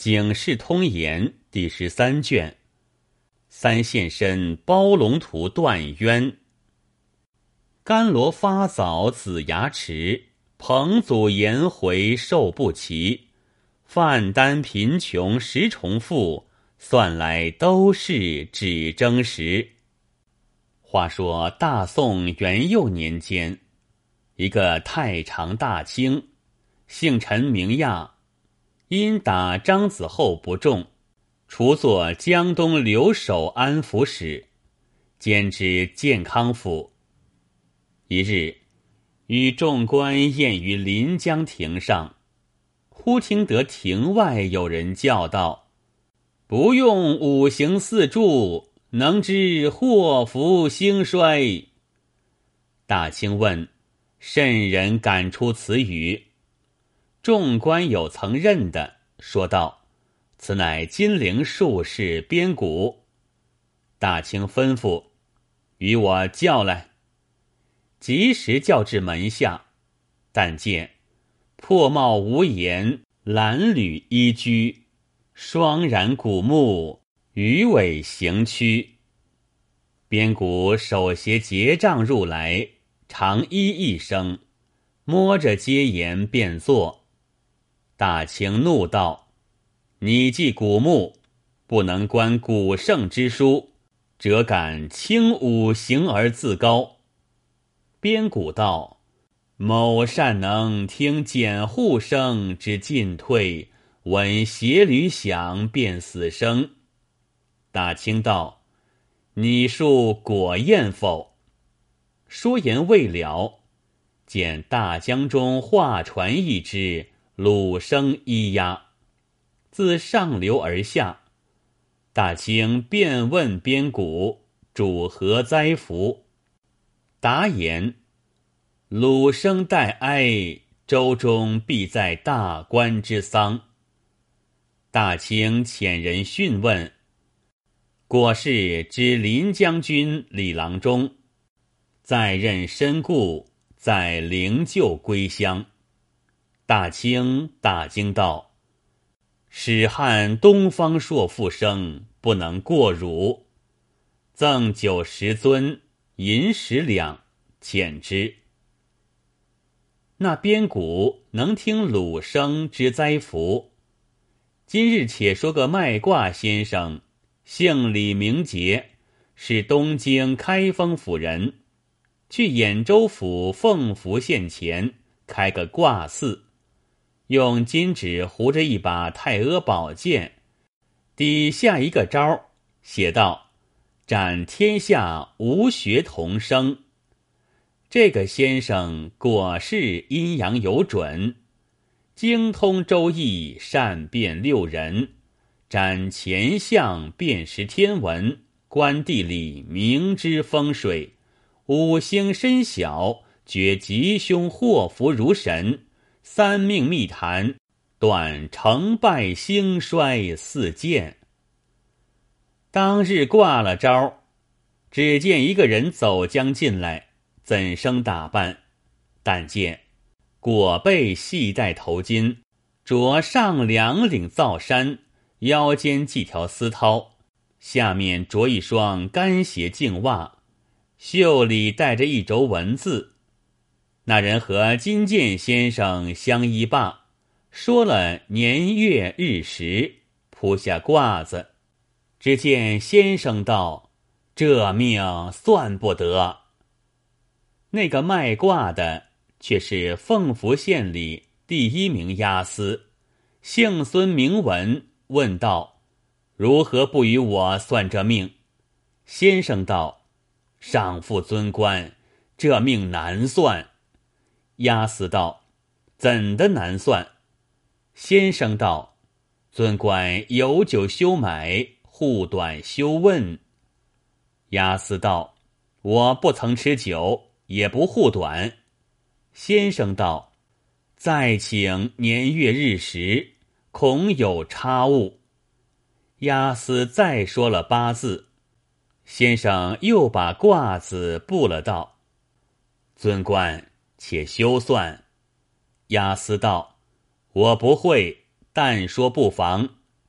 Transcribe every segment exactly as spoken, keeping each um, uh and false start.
警世通言》第十三卷。三现身包龙图断渊。甘罗发早子牙迟，彭祖颜回寿不齐。范丹贫穷十重负，算来都是只争时。话说大宋元佑年间，一个太常大卿，姓陈名亚，因打张子厚不中，除作江东留守安抚使，兼知建康府。一日，与众官宴于临江亭上，忽听得亭外有人叫道：“不用五行四柱，能知祸福兴衰。”大卿问：“甚人敢出此语？”众官有曾认的，说道：“此乃金陵术士边谷。”大卿吩咐：“与我叫来。”及时叫至门下，但见破帽无檐，褴褛衣居，双髯古木，鱼尾行躯。边谷手携结杖入来，长揖一声，摸着阶沿便坐。大卿怒道：“你既古木，不能观古圣之书，辄敢轻五行而自高。”边谷道：“某善能听简户声之进退，闻鞋履响辨死生。”大卿道：“你述果验否？”说言未了，见大江中画船一只，鲁声咿呀，自上流而下。大卿便问边谷主何灾福。答言：“鲁生待哀，周中必在大官之丧。”大卿遣人讯问，果是知临将军李郎中，在任身故，在灵柩归乡。大卿大惊道：“使汉东方朔复生，不能过汝。”赠酒十樽，银十两，遣之。那边谷能听鲁声之灾福。今日且说个卖卦先生，姓李名节，是东京开封府人，去兖州府凤福县前开个卦寺，用金纸糊着一把太阿宝剑，底下一个招，写道：“斩天下无学童生。”这个先生果是阴阳有准，精通周易，善辨六人，占乾象，辨识天文，观地理，明知风水，五星深晓，觉吉凶祸福如神，三命密谈，断成败兴衰四见。当日挂了招，只见一个人走将进来，怎生打扮？但见裹背系带头巾，着上两领皂衫，腰间系条丝绦，下面着一双干鞋净袜，袖里带着一轴文字。那人和金剑先生相依罢，说了年月日时，铺下褂子。只见先生道：“这命算不得。”那个卖卦的却是凤福县里第一名押司，姓孙名文，问道：“如何不与我算这命？”先生道：“上父尊官，这命难算。”押司道：“怎的难算？”先生道：“尊官有酒休买，护短休问。”押司道：“我不曾吃酒，也不护短。”先生道：“再请年月日时，恐有差误。”押司再说了八字，先生又把卦子布了道：“尊官且休算。”押司道：“我不会，但说不妨。”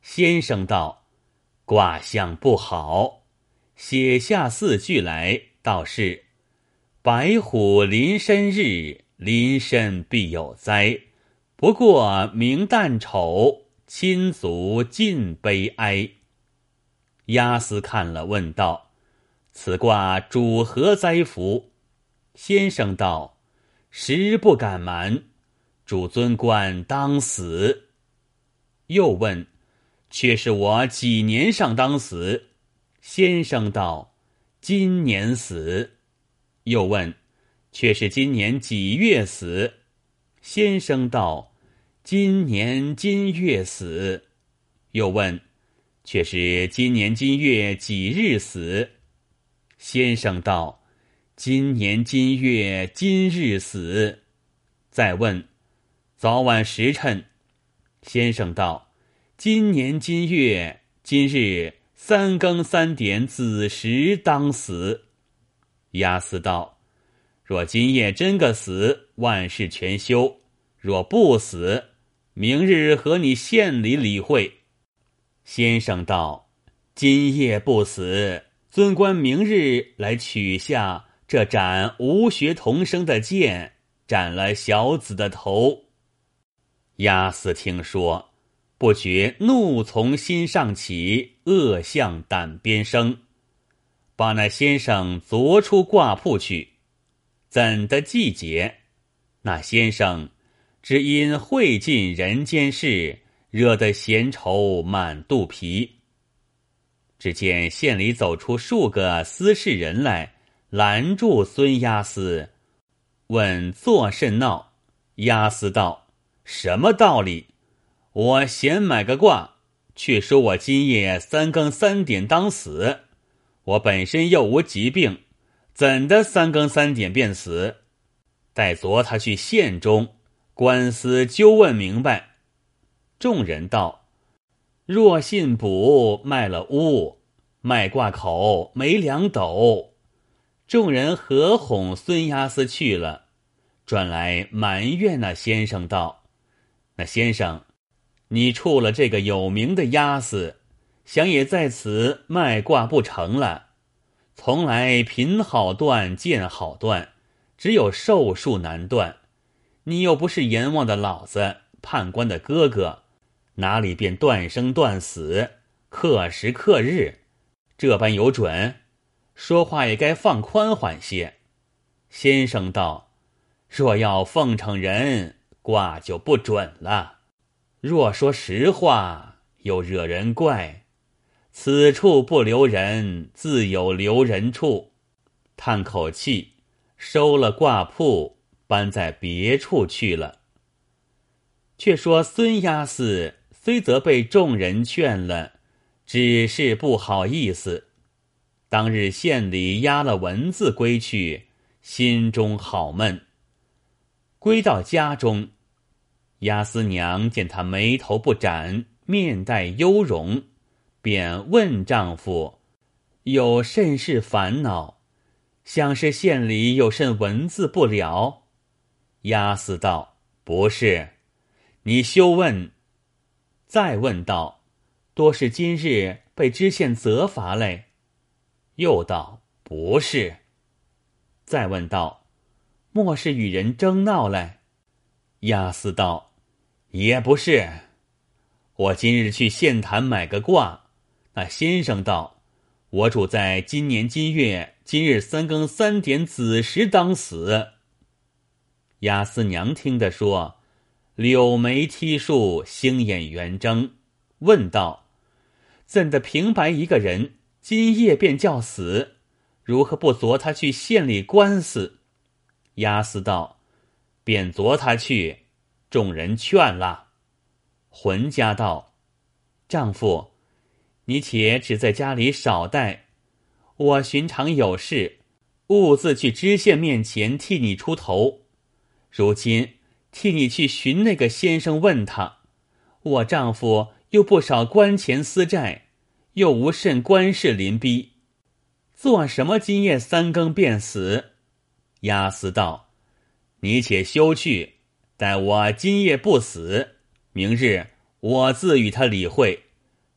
先生道：卦象不好，写下四句来，道是：白虎临身日，临身必有灾。不过明旦丑，亲族尽悲哀。押司看了，问道：此卦主何灾福？先生道：实不敢瞒，主尊官当死。又问：却是我几年上当死？先生道：今年死。又问：却是今年几月死？先生道：今年今月死。又问：却是今年今月几日死？先生道：今年今月今日死。再问：早晚时辰？先生道：今年今月今日三更三点子时当死。押司道：若今夜真个死，万事全休；若不死，明日和你县里理会。先生道：今夜不死，尊官明日来取下这斩无学童生的剑，斩了小子的头。押司听说，不觉怒从心上起，恶向胆边生，把那先生凿出卦铺去。怎的季节？那先生只因会尽人间事，惹得闲愁满肚皮。只见县里走出数个司事人来，拦住孙押司，问作甚闹。押司道：什么道理？我闲买个卦，却说我今夜三更三点当死。我本身又无疾病，怎的三更三点便死？待昨他去县中，官司究问明白。众人道：若信卜卖了屋，卖卦口没两斗。众人合哄孙押司去了，转来埋怨那先生道：那先生，你触了这个有名的押司，想也在此卖卦不成了。从来品好断，剑好断，只有寿数难断。你又不是阎王的老子，判官的哥哥，哪里便断生断死，刻时刻日，这般有准？说话也该放宽缓些。先生道：若要奉承人，卦就不准了；若说实话，又惹人怪。此处不留人，自有留人处。叹口气，收了卦铺，搬在别处去了。却说孙押司虽则被众人劝了，只是不好意思。当日县里押了文字归去，心中好闷。归到家中，押司娘见他眉头不展，面带忧容，便问丈夫有甚事烦恼，想是县里有甚文字不了。押司道：不是。你休问。再问道：多是今日被知县责罚嘞？又道：不是。再问道：莫是与人争闹嘞？押司道：也不是。我今日去县坛买个卦，那先生道：我主在今年今月今日三更三点子时当死。押司娘听得说，柳眉剔竖，星眼圆睁，问道：怎的平白一个人今夜便叫死？如何不昨他去县里官司？押司道：便昨他去，众人劝了。浑家道：丈夫，你且只在家里少待，我寻常有事，兀自去知县面前替你出头。如今替你去寻那个先生问他，我丈夫又不少官钱私债，又无甚官事临逼，做什么今夜三更便死？押司道：你且休去，待我今夜不死，明日我自与他理会，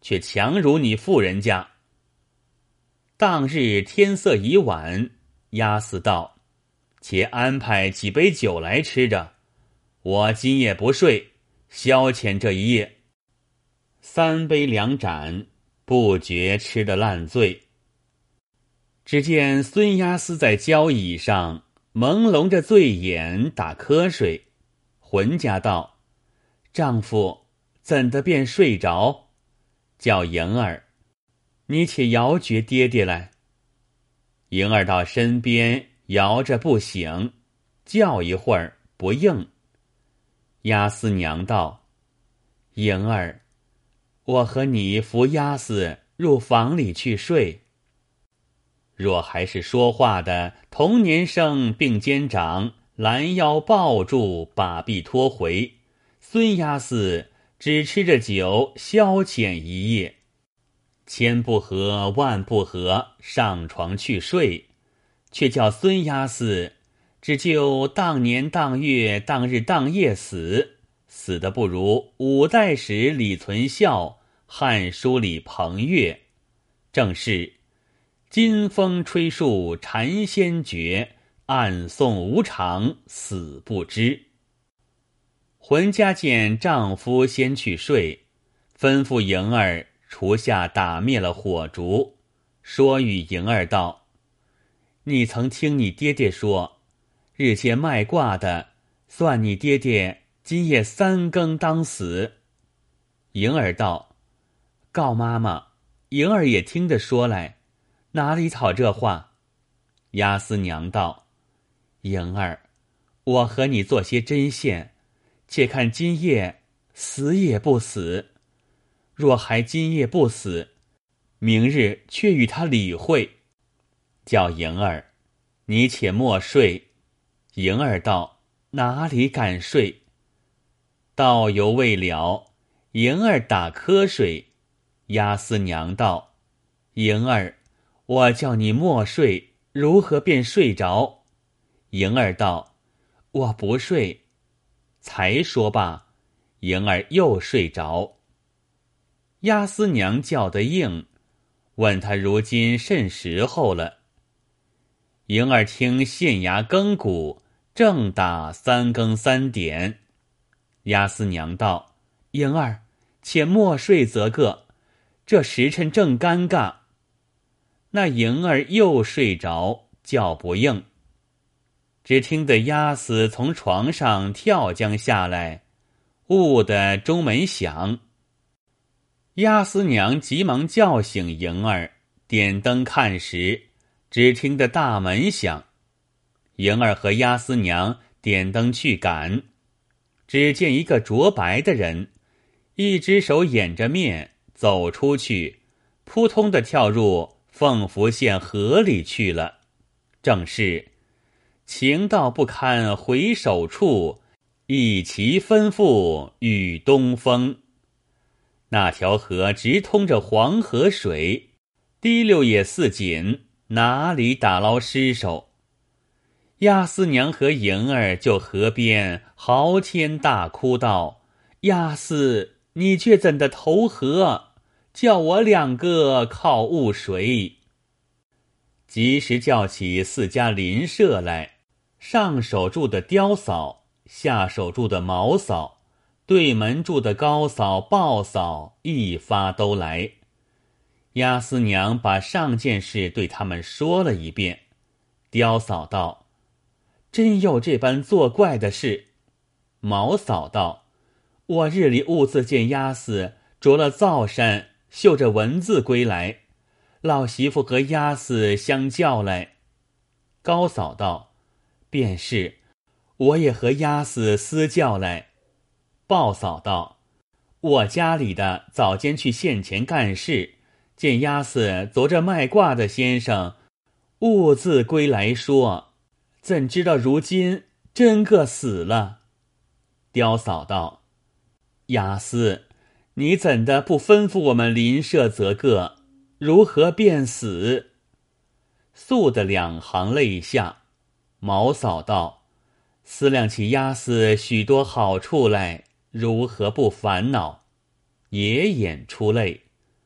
却强如你妇人家。当日天色已晚，押司道：且安排几杯酒来吃着，我今夜不睡，消遣这一夜。三杯两盏，不觉吃得烂醉。只见孙押司在交椅上朦胧着醉眼打瞌睡。浑家道：丈夫怎的便睡着？叫莹儿，你且摇绝爹爹来。莹儿到身边摇着不醒，叫一会儿不应。押司娘道：莹儿，我和你扶押司入房里去睡。若还是说话的童年生并肩长，拦腰抱住，把臂拖回，孙押司只吃着酒消遣一夜。千不合万不合，上床去睡，却叫孙押司只就当年当月当日当夜死，死的不如五代史李存孝，汉书里彭越。正是金风吹树禅先觉，暗送无常死不知。浑家见丈夫先去睡，吩咐莹儿厨下打灭了火烛，说与莹儿道：你曾听你爹爹说，日间卖卦的算你爹爹今夜三更当死。莹儿道：告妈妈，莹儿也听得说来，哪里讨这话？押司娘道：莹儿，我和你做些针线，且看今夜死也不死。若还今夜不死，明日却与他理会。叫莹儿，你且莫睡。莹儿道：哪里敢睡？道犹未了，莹儿打瞌睡。押司娘道：莹儿，我叫你莫睡，如何便睡着？莹儿道：我不睡。才说罢，莹儿又睡着。押司娘叫得应，问他如今甚时候了。莹儿听县衙更鼓，正打三更三点。押司娘道：莹儿，且莫睡则个，这时辰正尴尬。那莹儿又睡着，叫不应。只听得押司从床上跳将下来，兀的钟门响。押司娘急忙叫醒莹儿，点灯看时，只听得大门响。莹儿和押司娘点灯去赶，只见一个着白的人，一只手掩着面走出去，扑通的跳入凤福县河里去了。正是情到不堪回首处，一骑奔赴与东风。那条河直通着黄河水，滴溜也似锦，哪里打捞尸首？押司娘和莹儿就河边嚎天大哭道：押司，你却怎的投河？叫我两个靠误谁？及时叫起四家邻舍来，上手住的刁嫂，下手住的毛嫂，对门住的高嫂、鲍嫂，一发都来。押司娘把上件事对他们说了一遍。刁嫂道：真有这般作怪的事。毛嫂道：我日里兀自见押司着了皂衫，绣着文字归来，老媳妇和押司相叫来。高嫂道：便是，我也和押司私叫来。鲍嫂道：我家里的早间去县前干事，见押司昨着卖卦的先生兀自归来说，怎知道如今真个死了。刁嫂道：押司，你怎的不吩咐我们邻舍则个，如何便死？肃的两行泪下。毛嫂道：思量起押司许多好处来，如何不烦恼？也眼出泪。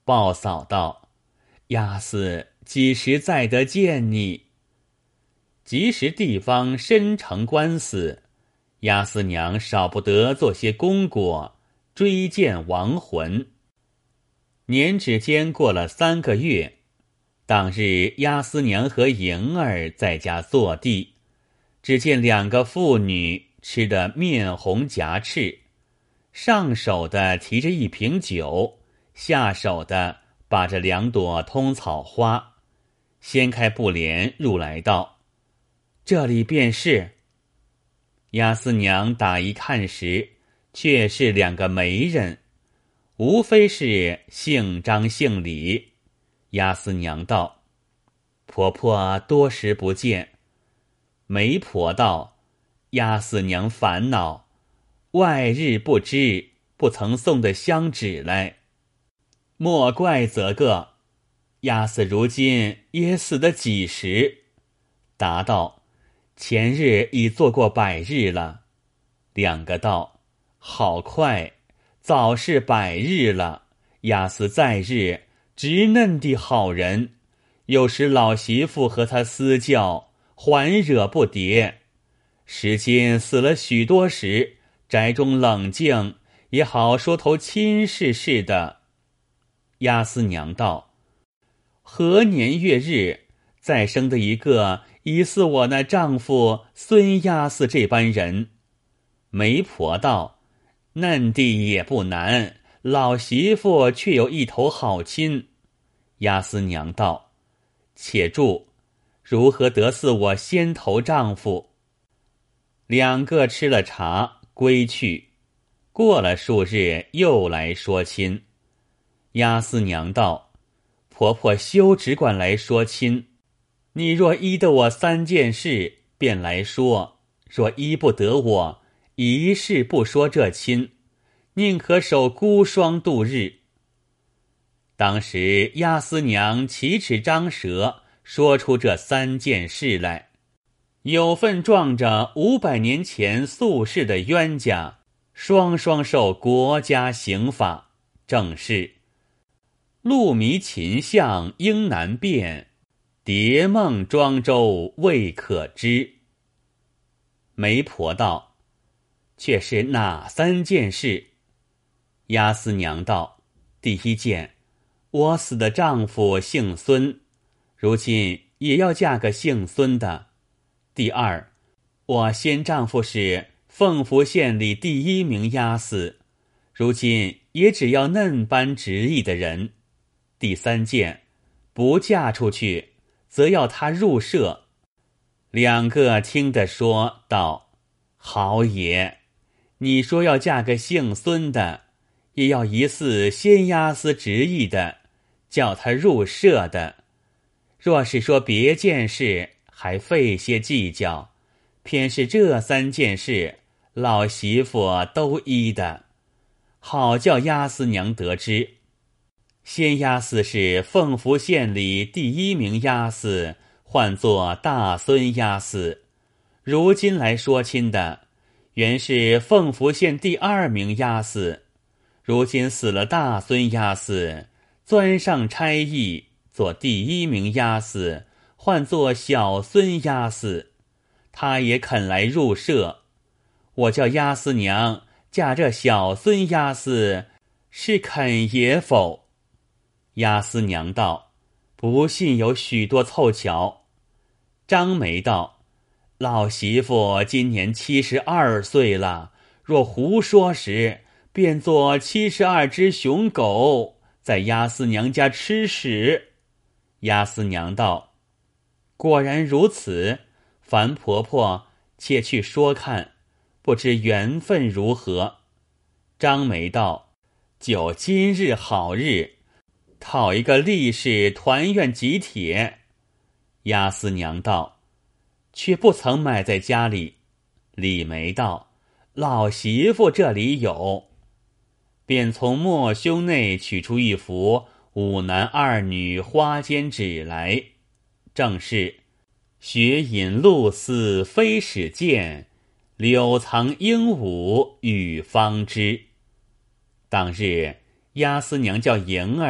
报嫂道：“押司几时再得见你？”即时地方申城官司，押司娘少不得做些功果，追荐亡魂。年指间过了三个月，当日押司娘和莹儿在家坐地，只见两个妇女吃得面红颊赤，上手的提着一瓶酒，下手的把着两朵通草花，掀开布帘入来道：“这里便是。”押司娘打一看时，却是两个媒人，无非是姓张姓李。押司娘道：“婆婆多时不见。”媒婆道：“押司娘烦恼，外日不知，不曾送的香纸来。莫怪则个，押司如今也死得几时？”答道：“前日已做过百日了。”两个道：“好快，早是百日了。押司在日直嫩的好人，有时老媳妇和他私教，还惹不迭。时间死了许多时，宅中冷静，也好说头亲事似的。”押司娘道：“何年月日再生的一个疑似我那丈夫孙押司这般人？”媒婆道：“嫩地也不难，老媳妇却有一头好亲。”押司娘道：“且住，如何得似我先头丈夫？”两个吃了茶归去，过了数日又来说亲。押司娘道：“婆婆休只管来说亲，你若依得我三件事，便来说；若依不得我，一事不说这亲，宁可守孤霜度日。”当时押司娘奇齿张舌，说出这三件事来，有份撞着五百年前宿世的冤家，双双受国家刑罚。正是鹿迷秦相应难辨，蝶梦庄周未可知。媒婆道：“却是哪三件事？”押司娘道：“第一件，我死的丈夫姓孙，如今也要嫁个姓孙的。第二，我先丈夫是凤福县里第一名押司，如今也只要嫩般直意的人。第三件，不嫁出去，则要他入社。”两个听得说道：“好也，你说要嫁个姓孙的，也要疑似先押司直意的，叫他入社的。若是说别件事，还费些计较，偏是这三件事，老媳妇都依的，好叫押司娘得知。先押司是凤福县里第一名押司，唤作大孙押司，如今来说亲的，原是凤福县第二名押司，如今死了大孙押司，钻上差役，做第一名押司，唤作小孙押司，他也肯来入社。我叫押司娘嫁这小孙押司，是肯也否？”押司娘道：“不信有许多凑巧。”张媒道：“老媳妇今年七十二岁了，若胡说时，便做七十二只熊狗，在押司娘家吃屎。”押司娘道：“果然如此，樊婆婆且去说看，不知缘分如何。”张媒道：“就今日好日，讨一个力士团圆集帖。”押司娘道：“却不曾买在家里。”李梅道：“老媳妇这里有。”便从莫胸内取出一幅五男二女花间纸来，正是雪饮露丝非始见，柳藏鹦鹉与方知。当日押司娘叫莹儿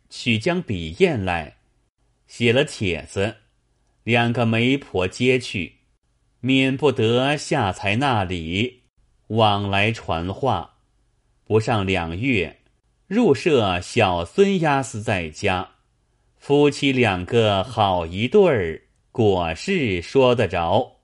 取将笔砚来，写了帖子，两个媒婆接去，免不得下才那里往来传话。不上两月，入舍小孙押司在家，夫妻两个好一对儿，果是说得着。